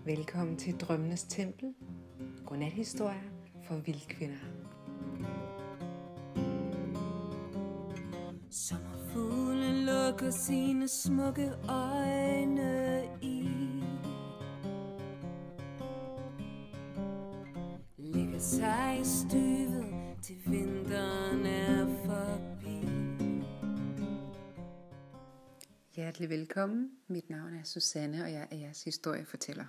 Velkommen til Drømmenes Tempel. Godnathistorier for vildkvinder. Sommerfuglen lukker sine smukke øjne i, lægger sig i støvet til vinteren er forbi. Hjertelig velkommen. Mit navn er Susanne, og jeg er jeres historiefortæller.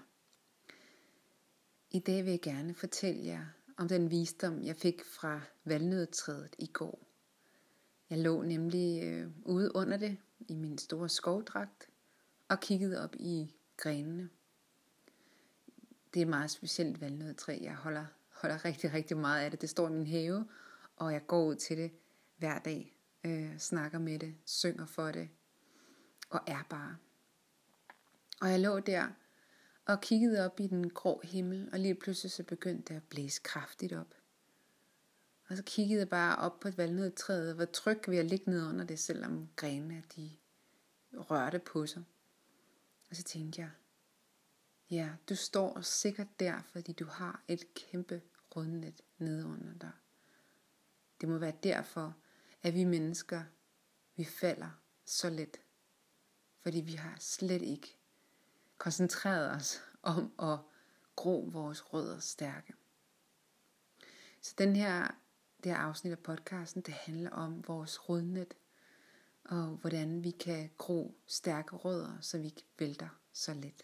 I dag vil jeg gerne fortælle jer om den visdom, jeg fik fra valnødetræet i går. Jeg lå nemlig ude under det i min store skovdragt og kiggede op i grenene. Det er et meget specielt valnødetræ. Jeg holder rigtig, rigtig meget af det. Det står i min have, og jeg går ud til det hver dag, snakker med det, synger for det og er bare. Og jeg lå der og kiggede op i den grå himmel, og lige pludselig så begyndte det at blæse kraftigt op. Og så kiggede jeg bare op på et valnødetræet og var tryg ved at ligge ned under det, selvom grenene de rørte på sig. Og så tænkte jeg, ja, du står sikkert der, fordi du har et kæmpe rodnet nede under dig. Det må være derfor, at vi mennesker, vi falder så let. Fordi vi har slet ikke koncentreret os om at gro vores rødder stærke. Så det her afsnit af podcasten, det handler om vores rodnet, og hvordan vi kan gro stærke rødder, så vi ikke vælter så let.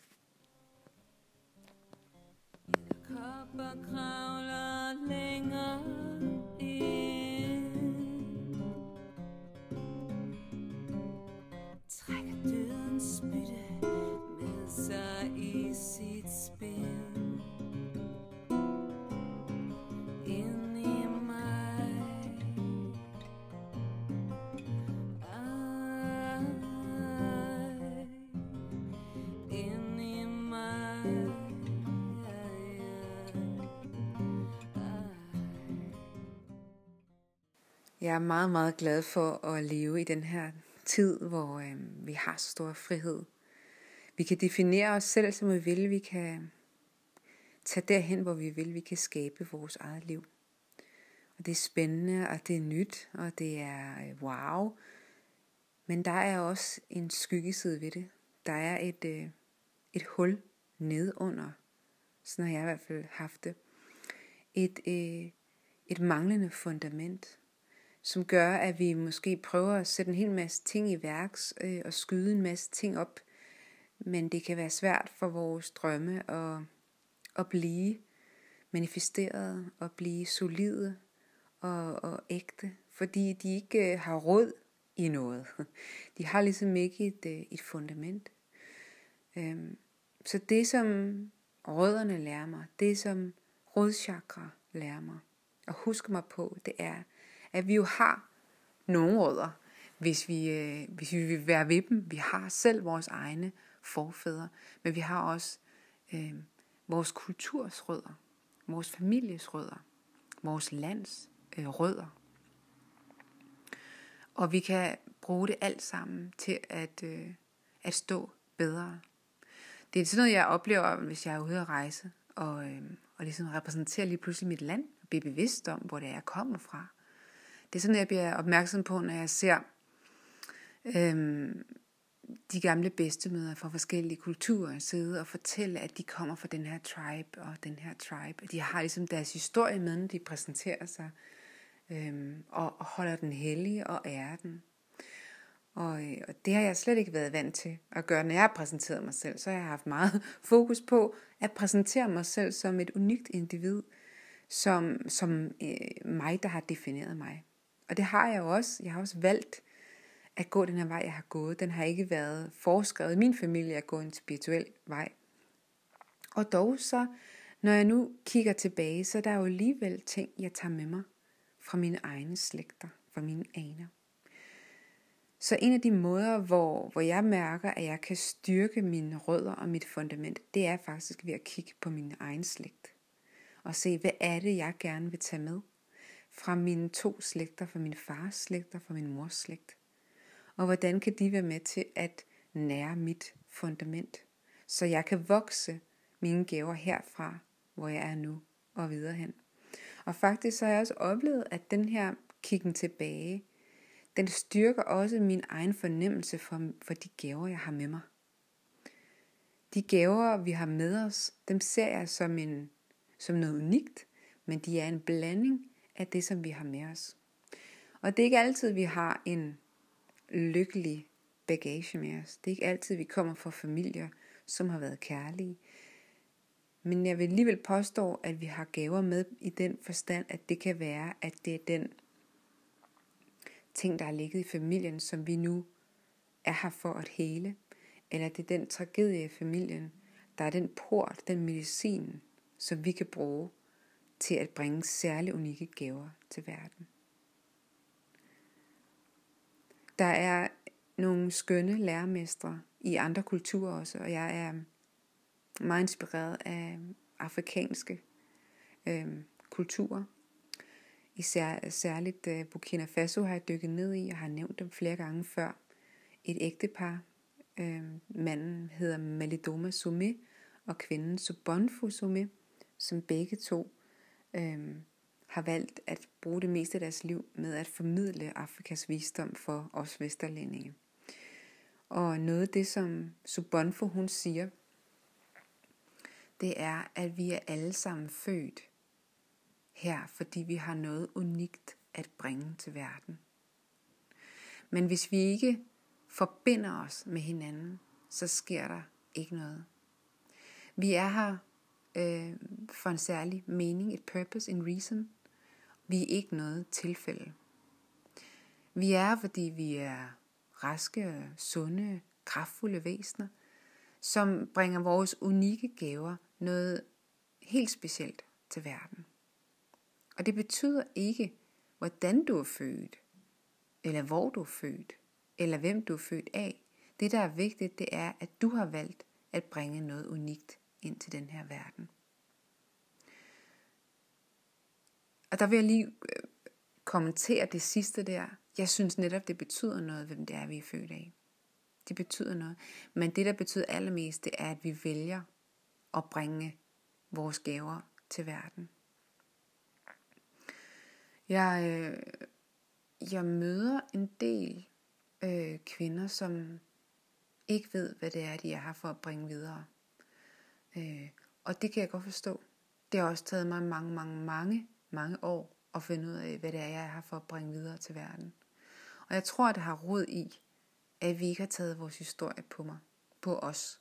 Kopper kravler længere ind, trækker dødens spytte med sig i sit spind. Ind i mig, ind i mig. Jeg er meget, meget glad for at leve i den her tid, hvor vi har så stor frihed. Vi kan definere os selv, som vi vil. Vi kan tage derhen, hvor vi vil. Vi kan skabe vores eget liv. Og det er spændende, og det er nyt, og det er wow. Men der er også en skyggeside ved det. Der er et hul nedunder. Sådan har jeg i hvert fald haft det. Et manglende fundament, som gør, at vi måske prøver at sætte en hel masse ting i værks og skyde en masse ting op. Men det kan være svært for vores drømme at blive manifesteret og blive solide og ægte, fordi de ikke har råd i noget. De har ligesom ikke et fundament. Så det som rødderne lærer mig, det som rodchakra lærer mig, og husker mig på, det er, at vi jo har nogle rødder, hvis vi vil være ved dem. Vi har selv vores egne forfædre, men vi har også vores kulturs rødder, vores families rødder, vores lands rødder. Og vi kan bruge det alt sammen til at stå bedre. Det er sådan noget, jeg oplever, hvis jeg er ude at rejse, og ligesom repræsenterer lige pludselig mit land, og bliver bevidst om, hvor det er, jeg kommer fra. Det er sådan, jeg bliver opmærksom på, når jeg ser de gamle bedstemødre fra forskellige kulturer sidde og fortælle, at de kommer fra den her tribe og den her tribe. De har ligesom deres historie med, når de præsenterer sig og holder den hellig og ærer den. Og det har jeg slet ikke været vant til at gøre, når jeg har præsenteret mig selv. Så har jeg haft meget fokus på at præsentere mig selv som et unikt individ, som mig, der har defineret mig. Og det har jeg jo også. Jeg har også valgt at gå den her vej, jeg har gået. Den har ikke været foreskrevet i min familie at gå en spirituel vej. Og dog så, når jeg nu kigger tilbage, så er der jo alligevel ting, jeg tager med mig fra mine egne slægter, fra mine aner. Så en af de måder, hvor jeg mærker, at jeg kan styrke mine rødder og mit fundament, det er faktisk ved at kigge på min egen slægt. Og se, hvad er det, jeg gerne vil tage med fra mine 2 slægter, fra min fars slægter, fra min mors slægt. Og hvordan kan de være med til at nære mit fundament, så jeg kan vokse mine gaver herfra, hvor jeg er nu og videre hen. Og faktisk så har jeg også oplevet, at den her kiggen tilbage, den styrker også min egen fornemmelse for de gaver, jeg har med mig. De gaver, vi har med os, dem ser jeg som noget unikt, men de er en blanding af det, som vi har med os. Og det er ikke altid, vi har en lykkelig bagage med os. Det er ikke altid, vi kommer fra familier, som har været kærlige. Men jeg vil alligevel påstå, at vi har gaver med i den forstand, at det kan være, at det er den ting, der er ligget i familien, som vi nu er her for at hele. Eller det er den tragedie i familien, der er den port, den medicin, som vi kan bruge til at bringe særlig unikke gaver til verden. Der er nogle skønne lærermestre i andre kulturer også, og jeg er meget inspireret af afrikanske kulturer. Særligt Burkina Faso har jeg dykket ned i, og har nævnt dem flere gange før. Et ægtepar, manden hedder Malidoma Somé, og kvinden Sobonfu Somé, som begge to har valgt at bruge det meste af deres liv med at formidle Afrikas visdom for os vesterlændinge. Og noget af det, som Sobonfu hun siger, det er, at vi er alle sammen født her, fordi vi har noget unikt at bringe til verden. Men hvis vi ikke forbinder os med hinanden, så sker der ikke noget. Vi er her for en særlig mening, et purpose, en reason. Vi er ikke noget tilfælde. Vi er, fordi vi er raske, sunde, kraftfulde væsener, som bringer vores unikke gaver noget helt specielt til verden. Og det betyder ikke, hvordan du er født, eller hvor du er født, eller hvem du er født af. Det, der er vigtigt, det er, at du har valgt at bringe noget unikt ind til den her verden. Og der vil jeg lige kommentere det sidste der. Jeg synes netop, det betyder noget, hvem det er, vi er født af. Det betyder noget. Men det, der betyder allermest, det er, at vi vælger at bringe vores gaver til verden. Jeg møder en del kvinder, som ikke ved, hvad det er, de er her for at bringe videre. Og det kan jeg godt forstå. Det har også taget mig mange år at finde ud af, hvad det er, jeg er her for at bringe videre til verden. Og jeg tror, det har rod i, at vi ikke har taget vores historie på os.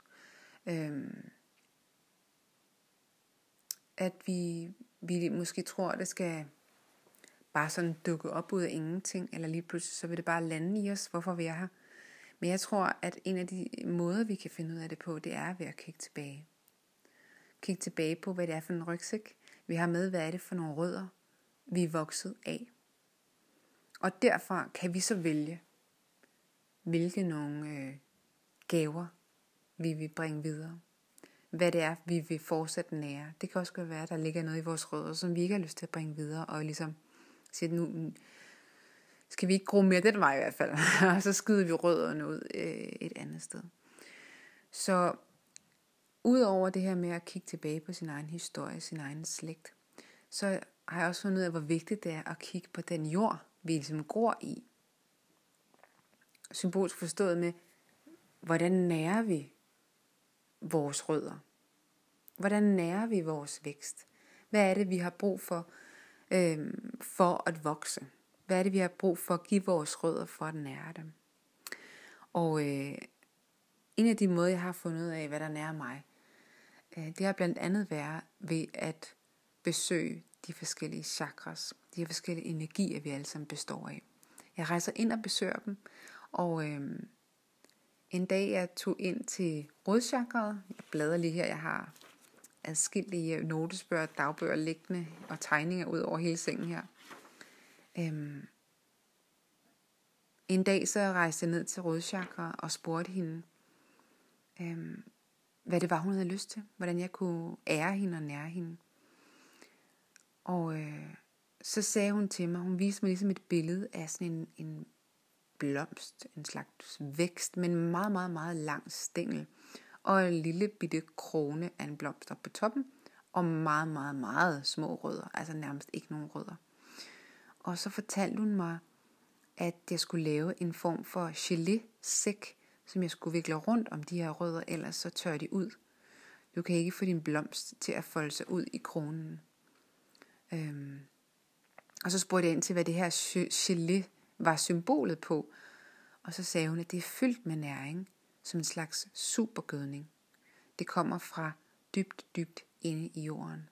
At vi måske tror, at det skal bare sådan dukke op ud af ingenting, eller lige pludselig så vil det bare lande i os, hvorfor vi er her. Men jeg tror, at en af de måder, vi kan finde ud af det på, det er ved at kigge tilbage. Kigge tilbage på, hvad det er for en rygsæk, vi har med, hvad er det for nogle rødder, vi er vokset af. Og derfra kan vi så vælge, hvilke nogle gaver vi vil bringe videre. Hvad det er, vi vil fortsætte nære. Det kan også godt være, at der ligger noget i vores rødder, som vi ikke har lyst til at bringe videre, og ligesom sige, nu skal vi ikke gro mere den vej i hvert fald. Og så skyder vi rødderne ud et andet sted. Så udover det her med at kigge tilbage på sin egen historie, sin egen slægt, så har jeg også fundet ud af, hvor vigtigt det er at kigge på den jord, vi ligesom gror i. Symbolsk forstået med, hvordan nærer vi vores rødder? Hvordan nærer vi vores vækst? Hvad er det, vi har brug for at vokse? Hvad er det, vi har brug for at give vores rødder for at nære dem? Og en af de måder, jeg har fundet ud af, hvad der nærer mig, det har blandt andet været ved at besøge de forskellige chakras, de forskellige energier, vi alle sammen består af. Jeg rejser ind og besøger dem, og en dag jeg tog ind til rodchakraet. Jeg bladrer lige her, jeg har adskillige notesbøger, dagbøger liggende og tegninger ud over hele sengen her. En dag så rejste jeg ned til rodchakra og spurgte hende, hvad det var, hun havde lyst til. Hvordan jeg kunne ære hende og nære hende. Og så sagde hun til mig, hun viste mig ligesom et billede af sådan en blomst, en slags vækst, men en meget lang stængel. og en lille bitte krone af en blomst op på toppen, og meget, meget, meget små rødder, altså nærmest ikke nogen rødder. Og så fortalte hun mig, at jeg skulle lave en form for gelé-sæk, som jeg skulle vikle rundt om de her rødder, ellers så tør de ud. Du kan ikke få din blomst til at folde sig ud i kronen. Og så spurgte jeg ind til, hvad det her gelé var symbolet på. Og så sagde hun, at det er fyldt med næring, som en slags supergødning. Det kommer fra dybt, dybt inde i jorden.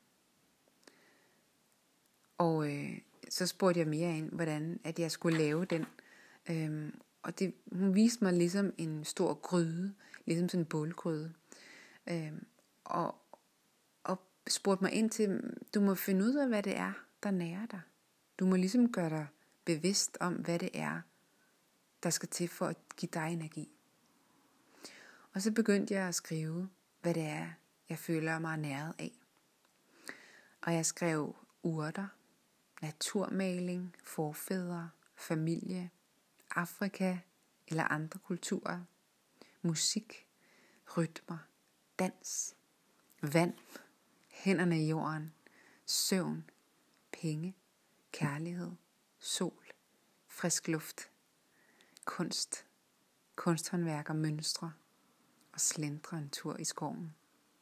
Og så spurgte jeg mere ind, hvordan at jeg skulle lave den. Og hun viste mig ligesom en stor gryde, ligesom sådan en bålgryde. Og spurgte mig ind til, du må finde ud af, hvad det er, der nærer dig. Du må ligesom gøre dig bevidst om, hvad det er, der skal til for at give dig energi. Og så begyndte jeg at skrive, hvad det er, jeg føler mig næret af. Og jeg skrev urter, naturmaling, forfædre, familie, Afrika eller andre kulturer, musik, rytmer, dans, vand, hænderne i jorden, søvn, penge, kærlighed, sol, frisk luft, kunst, kunsthåndværk og mønstre og slendre en tur i skoven.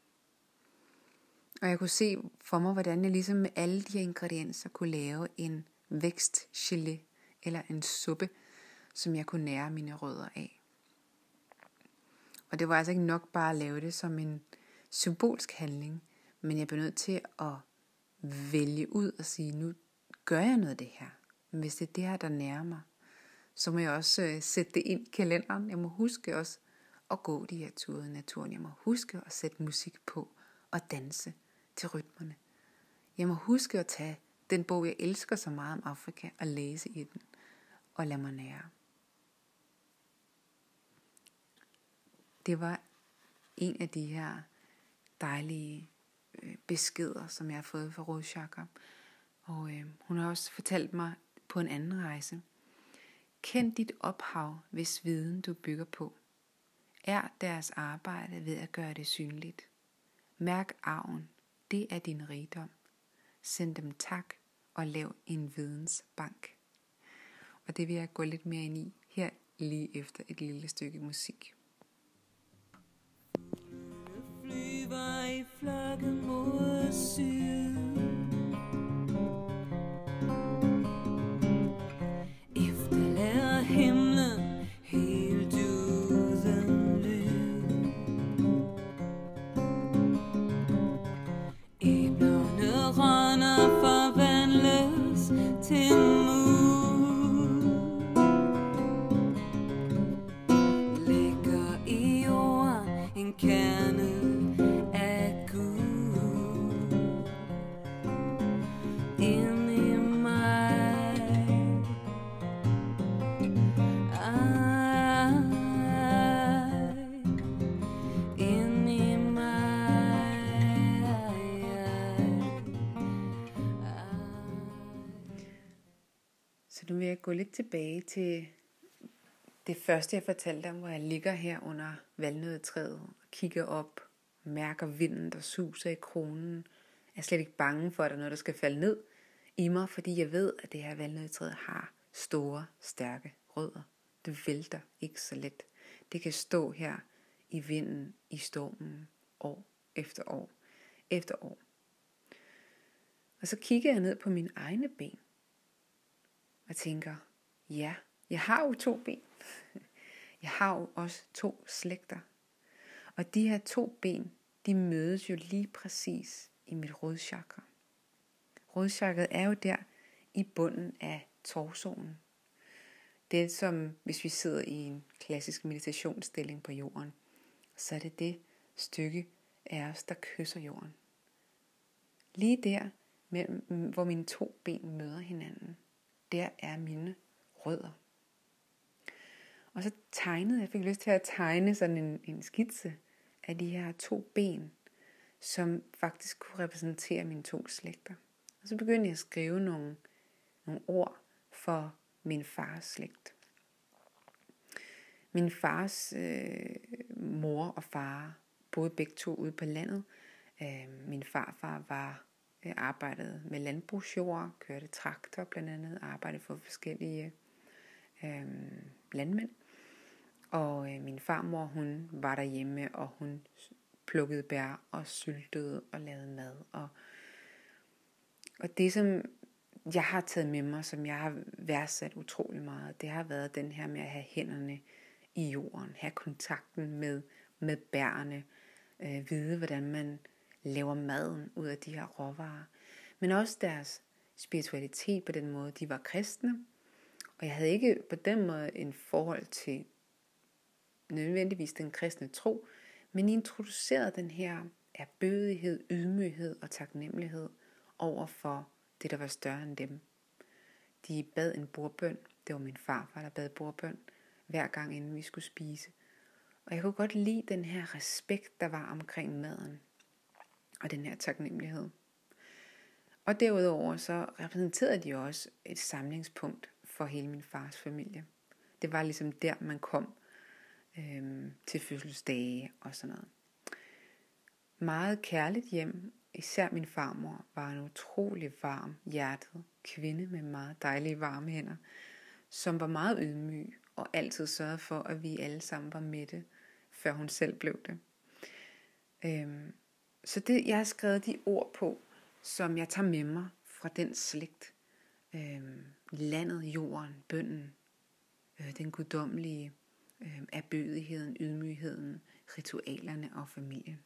Og jeg kunne se for mig, hvordan jeg ligesom med alle de her ingredienser kunne lave en vækstgelé eller en suppe, som jeg kunne nære mine rødder af. Og det var altså ikke nok bare at lave det som en symbolsk handling, men jeg blev nødt til at vælge ud og sige, nu gør jeg noget af det her. Men hvis det er det her, der nærer mig, så må jeg også sætte det ind i kalenderen. Jeg må huske også at gå de her ture i naturen. Jeg må huske at sætte musik på og danse til rytmerne. Jeg må huske at tage den bog, jeg elsker så meget om Afrika, og læse i den og lade mig nære. Det var en af de her dejlige beskeder, som jeg har fået fra rodchakra. Og hun har også fortalt mig på en anden rejse. Kend dit ophav, hvis viden du bygger på. Er deres arbejde ved at gøre det synligt. Mærk arven, det er din rigdom. Send dem tak og lav en vidensbank. Og det vil jeg gå lidt mere ind i her lige efter et lille stykke musik. Flyver i flokke mod syd. Efterlader himlen helt uden lyd. Æblerne rådner forvandles til muld. Ligger i jorden en kerne af Gud ind i mig. Ind i mig. Så nu vil jeg gå lidt tilbage til det første, jeg fortalte om, hvor jeg ligger her under valnødetræet og kigger op, mærker vinden, der suser i kronen. Jeg er slet ikke bange for, at der er noget, der skal falde ned i mig, fordi jeg ved, at det her valnødetræ har store, stærke rødder. Det vælter ikke så let. Det kan stå her i vinden, i stormen, år efter år efter år. Og så kigger jeg ned på mine egne ben og tænker, ja, jeg har jo 2 ben. Jeg har jo også 2 slægter. Og de her 2 ben, de mødes jo lige præcis i mit rodchakra. Rodchakret er jo der i bunden af torsoen. Det som, hvis vi sidder i en klassisk meditationsstilling på jorden, så er det stykke af os, der kysser jorden. Lige der, hvor mine 2 ben møder hinanden, der er mine rødder. Og så jeg fik lyst til at tegne sådan en skitse af de her 2 ben, som faktisk kunne repræsentere mine 2 slægter. Og så begyndte jeg at skrive nogle ord for min fars slægt. Min fars mor og far boede begge to ude på landet. Min farfar arbejdede med landbrugsjord, kørte traktor blandt andet, arbejdede for forskellige landmænd. Og min farmor, hun var derhjemme, og hun plukkede bær og syltede og lavede mad. Og det, som jeg har taget med mig, som jeg har værdsat utrolig meget, det har været den her med at have hænderne i jorden, have kontakten med bærene, vide, hvordan man laver maden ud af de her råvarer. Men også deres spiritualitet på den måde, de var kristne. Og jeg havde ikke på den måde en forhold til nødvendigvis den kristne tro, men introducerede den her ærbødighed, ydmyghed og taknemmelighed over for det, der var større end dem. De bad en bordbøn. Det var min farfar, der bad bordbøn hver gang, inden vi skulle spise. Og jeg kunne godt lide den her respekt, der var omkring maden. Og den her taknemmelighed. Og derudover så repræsenterede de også et samlingspunkt for hele min fars familie. Det var ligesom der, man kom til fødselsdage og sådan noget. Meget kærligt hjem. Især min farmor var en utrolig varm hjertet kvinde med meget dejlige varme hænder, som var meget ydmyg og altid sørgede for, at vi alle sammen var mætte, før hun selv blev det. Så det, jeg har skrevet de ord på, som jeg tager med mig fra den slægt. Landet, jorden, bønnen, den guddommelige ærbødigheden, ydmygheden, ritualerne og familien.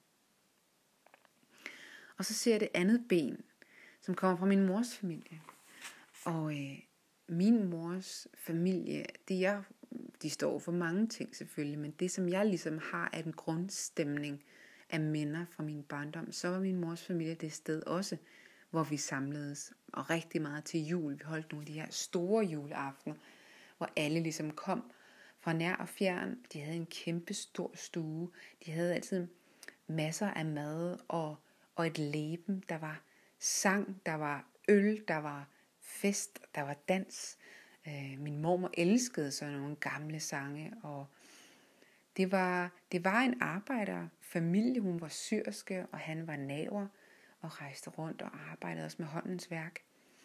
Og så ser jeg det andet ben, som kommer fra min mors familie. Og min mors familie, de står for mange ting selvfølgelig, men det som jeg ligesom har er en grundstemning af minder fra min barndom, så var min mors familie det sted også, hvor vi samledes, og rigtig meget til jul. Vi holdt nogle af de her store juleaftener, hvor alle ligesom kom fra nær og fjern. De havde en kæmpe stor stue. De havde altid masser af mad og et leben. Der var sang, der var øl, der var fest, der var dans. Min mormor elskede sådan nogle gamle sange, og det var en arbejderfamilie. Hun var syerske, og han var naver og rejste rundt og arbejdede også med håndens værk.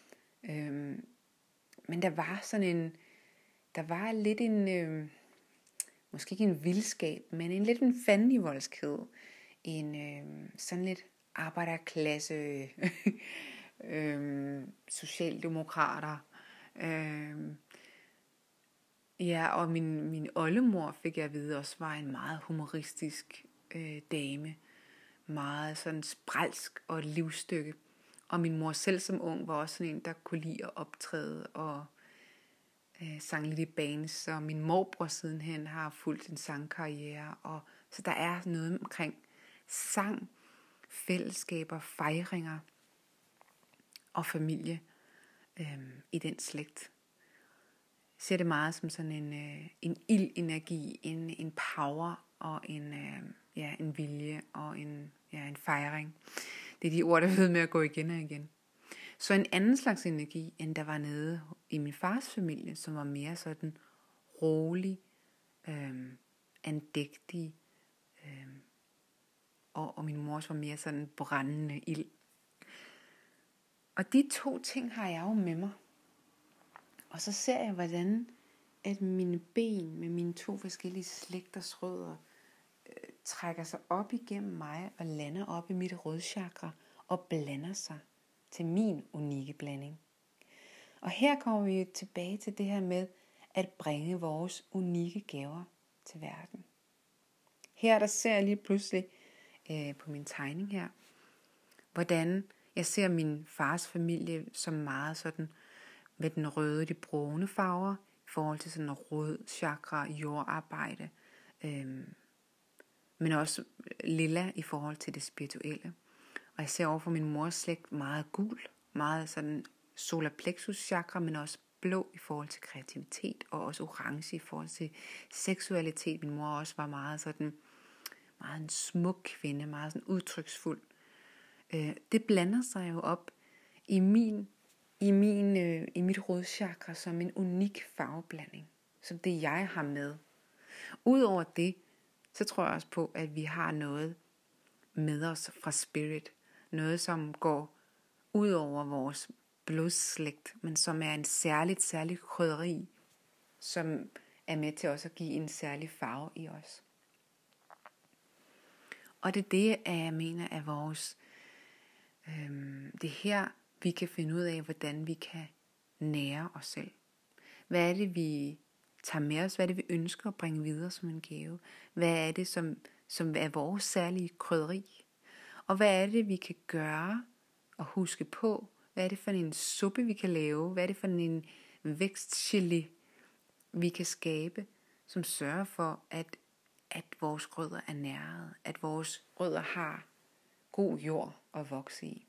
Men der var lidt en, måske ikke en vildskab, men lidt en fandenivoldskhed. Sådan lidt arbejderklasse, socialdemokrater. Ja, og min oldemor, fik jeg at vide, også var en meget humoristisk dame. Meget sådan sprælsk og et livsstykke. Og min mor selv som ung var også sådan en, der kunne lide at optræde og sang lidt i bands. Så min morbror sidenhen har fulgt en sangkarriere. Og så der er noget omkring sang, fællesskaber, fejringer og familie i den slægt. Jeg ser det meget som sådan en ildenergi, en power og en vilje og en fejring. Det er de ord, der ved med at gå igen og igen. Så en anden slags energi, end der var nede i min fars familie, som var mere sådan rolig, andægtig, og min mors var mere sådan brændende ild. Og de to ting har jeg jo med mig. Og så ser jeg, hvordan at mine ben med mine to forskellige slægters rødder trækker sig op igennem mig og lander op i mit rødchakra og blander sig til min unikke blanding. Og her kommer vi tilbage til det her med at bringe vores unikke gaver til verden. Her der ser jeg lige pludselig på min tegning her, hvordan jeg ser min fars familie som meget sådan med den røde, de brune farver, i forhold til sådan en rød chakra, jordarbejde, men også lilla i forhold til det spirituelle. Og jeg ser over for min mors slægt meget gul, meget sådan solar plexus chakra, men også blå i forhold til kreativitet, og også orange i forhold til seksualitet. Min mor også var meget sådan, meget en smuk kvinde, meget sådan udtryksfuld. Det blander sig jo op i mit rodchakra som en unik farveblanding, som det jeg har med. Udover det, så tror jeg også på, at vi har noget med os fra spirit. Noget, som går ud over vores blodslægt, men som er en særlig krydderi, som er med til også at give en særlig farve i os. Og det er det, jeg mener er vores, det her, vi kan finde ud af, hvordan vi kan nære os selv. Hvad er det, vi tager med os? Hvad er det, vi ønsker at bringe videre som en gave? Hvad er det, som er vores særlige krydderi? Og hvad er det, vi kan gøre og huske på? Hvad er det for en suppe, vi kan lave? Hvad er det for en vækstgelé, vi kan skabe, som sørger for, at vores rødder er næret, at vores rødder har god jord at vokse i.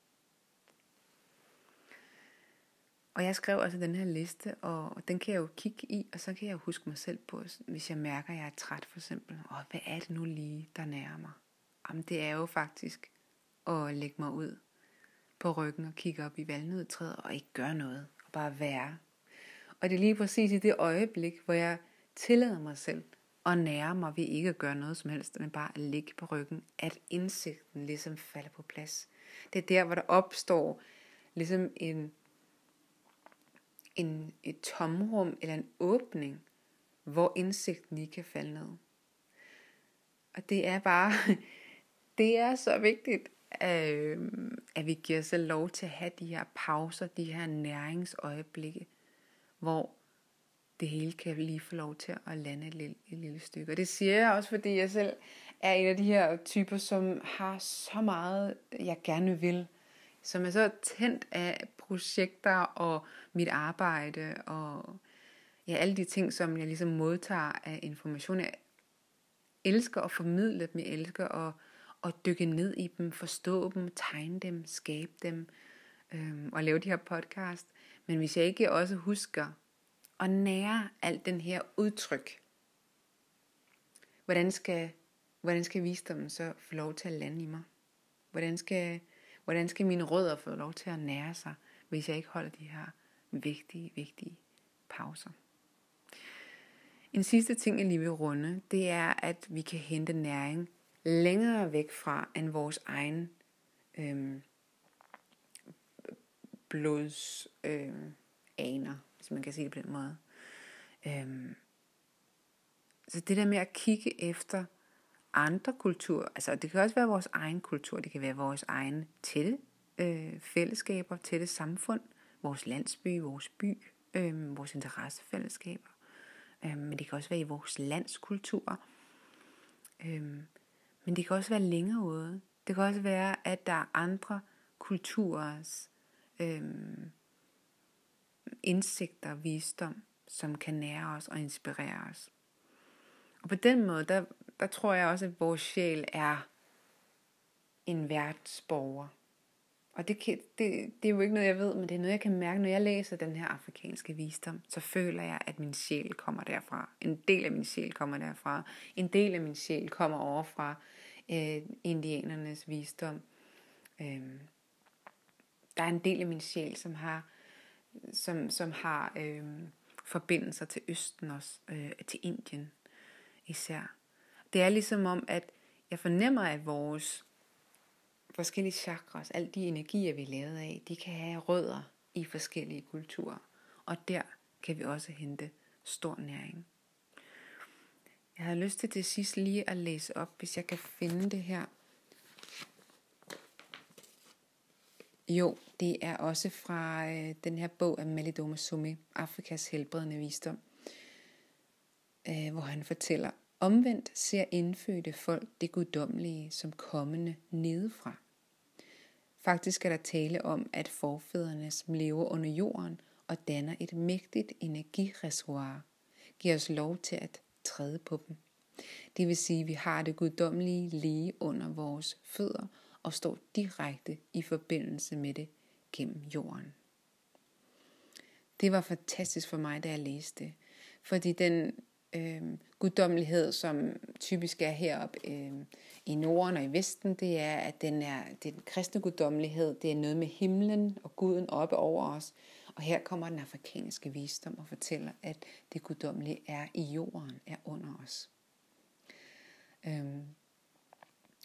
Og jeg skrev altså den her liste, og den kan jeg jo kigge i, og så kan jeg jo huske mig selv på, hvis jeg mærker, at jeg er træt for eksempel. Og hvad er det nu lige, der nærer mig? Jamen det er jo faktisk at lægge mig ud på ryggen og kigge op i valnødtræet og ikke gøre noget, og bare være. Og det er lige præcis i det øjeblik, hvor jeg tillader mig selv at nære mig ved ikke at gøre noget som helst, men bare at ligge på ryggen, at indsigten ligesom falder på plads. Det er der, hvor der opstår ligesom et tomrum eller en åbning, hvor indsigten lige kan falde ned. Og det er bare, det er så vigtigt, at vi giver os selv lov til at have de her pauser, de her næringsøjeblikke, hvor det hele kan lige få lov til at lande et lille stykke. Og det siger jeg også, fordi jeg selv er en af de her typer, som har så meget, jeg gerne vil, som er så tændt af projekter og mit arbejde og ja, alle de ting, som jeg ligesom modtager af information. Jeg elsker at formidle dem, jeg elsker at dykke ned i dem, forstå dem, tegne dem, skabe dem og lave de her podcast. Men hvis jeg ikke også husker at nære alt den her udtryk, hvordan skal visdommen så få lov til at lande i mig? Hvordan skal mine rødder få lov til at nære sig, hvis jeg ikke holder de her vigtige pauser? En sidste ting, jeg lige vil runde, det er, at vi kan hente næring længere væk fra end vores egen blods aner, hvis man kan sige det på den måde. Så det der med at kigge efter andre kulturer, altså det kan også være vores egen kultur, det kan være vores egen tætte fællesskaber, tætte samfund, vores landsby, vores by, vores interessefællesskaber, men det kan også være i vores landskultur, men det kan også være længere ude. Det kan også være, at der er andre kulturers indsigter, visdom, som kan nære os og inspirere os. Og på den måde, der tror jeg også, at vores sjæl er en verdensborger. Og det er jo ikke noget, jeg ved, men det er noget, jeg kan mærke, når jeg læser den her afrikanske visdom, så føler jeg, at min sjæl kommer derfra. En del af min sjæl kommer derfra. En del af min sjæl kommer over fra indianernes visdom. Der er en del af min sjæl, som har forbindelser til Østen også, til Indien især. Det er ligesom om, at jeg fornemmer, at vores forskellige chakras, alle de energier, vi er lavet af, de kan have rødder i forskellige kulturer. Og der kan vi også hente stor næring. Jeg har lyst til sidst lige at læse op, hvis jeg kan finde det her. Jo, det er også fra den her bog af Malidoma Somé, Afrikas helbredende visdom, hvor han fortæller, omvendt ser indfødte folk det guddommelige som kommende nedefra. Faktisk er der tale om, at forfædrene, som lever under jorden og danner et mægtigt energireservoir, giver os lov til at træde på dem. Det vil sige, at vi har det guddommelige lige under vores fødder og står direkte i forbindelse med det gennem jorden. Det var fantastisk for mig, da jeg læste det, fordi den guddommelighed, som typisk er heroppe i Norden og i Vesten, det er, at det er den kristne guddommelighed, det er noget med himlen og Guden oppe over os. Og her kommer den afrikanske visdom og fortæller, at det guddommelige er i jorden, er under os.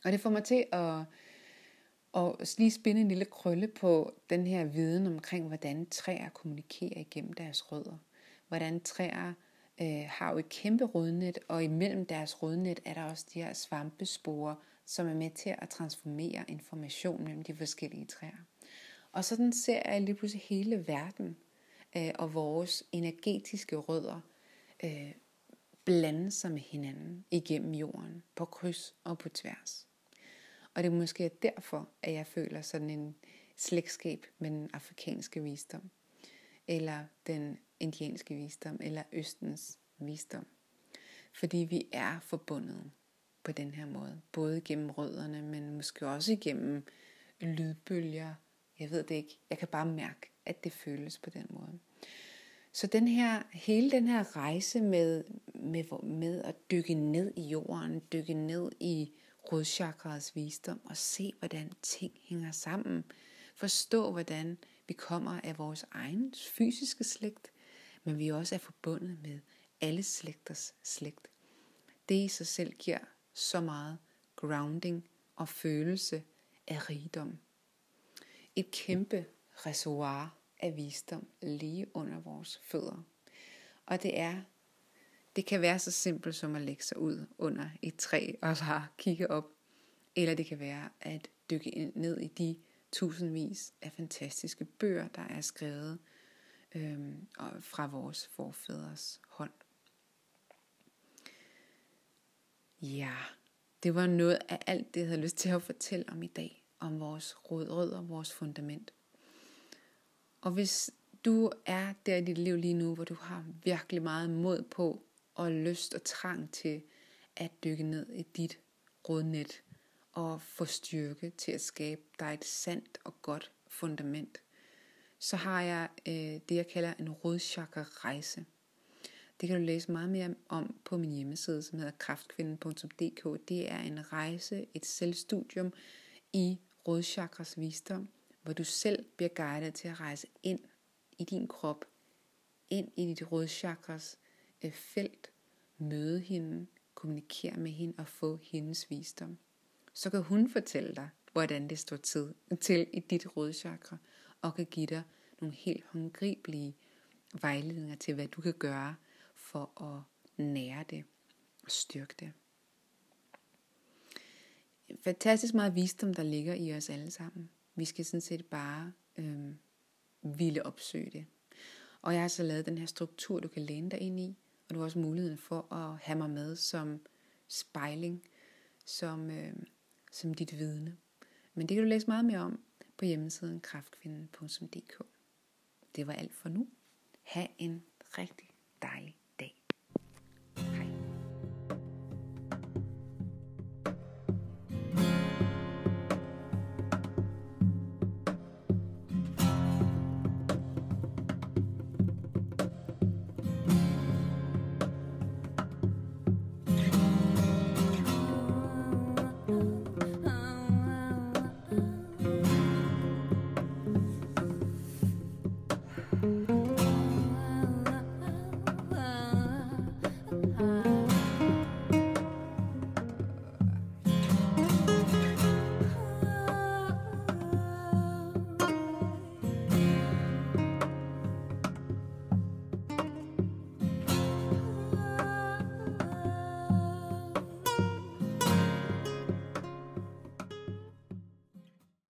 Og det får mig til at lige spinde en lille krølle på den her viden omkring, hvordan træer kommunikerer igennem deres rødder. Hvordan træer har jo et kæmpe rodnet, og imellem deres rodnet er der også de her svampesporer, som er med til at transformere information mellem de forskellige træer. Og sådan ser jeg lige pludselig hele verden og vores energetiske rødder blande sig med hinanden igennem jorden, på kryds og på tværs. Og det er måske derfor, at jeg føler sådan en slægtskab med den afrikanske visdom, eller den indianske visdom, eller østens visdom. Fordi vi er forbundet på den her måde, både gennem rødderne, men måske også igennem lydbølger. Jeg ved det ikke, jeg kan bare mærke, at det føles på den måde. Så hele den her rejse med at dykke ned i jorden, dykke ned i rodchakraets visdom og se, hvordan ting hænger sammen. Forstå, hvordan vi kommer af vores egen fysiske slægt, men vi også er forbundet med alle slægters slægt. Det i sig selv giver så meget grounding og følelse af rigdom. Et kæmpe reservoir af visdom lige under vores fødder. Og det kan være så simpelt som at lægge sig ud under et træ og bare kigge op. Eller det kan være at dykke ned i de tusindvis af fantastiske bøger, der er skrevet fra vores forfædres hånd. Ja, det var noget af alt det, jeg havde lyst til at fortælle om i dag. Om vores rødder, vores fundament. Og hvis du er der i dit liv lige nu, hvor du har virkelig meget mod på og lyst og trang til at dykke ned i dit rodnet og få styrke til at skabe dig et sandt og godt fundament, så har jeg det, jeg kalder en rodchakra-rejse. Det kan du læse meget mere om på min hjemmeside, som hedder kraftkvinden.dk. Det er en rejse, et selvstudium i rodchakras visdom, hvor du selv bliver guidet til at rejse ind i din krop, ind i dit rodchakras felt, møde hende, kommunikere med hende og få hendes visdom. Så kan hun fortælle dig, hvordan det står til i dit rodchakra, og kan give dig nogle helt håndgribelige vejledninger til, hvad du kan gøre for at nære det og styrke det. Fantastisk meget visdom, der ligger i os alle sammen. Vi skal sådan set bare ville opsøge det. Og jeg har så lavet den her struktur, du kan læne dig ind i, og du har også muligheden for at have mig med som spejling, som dit vidne. Men det kan du læse meget mere om på hjemmesiden kraftkvinden.dk. Det var alt for nu. Ha' en rigtig dejlig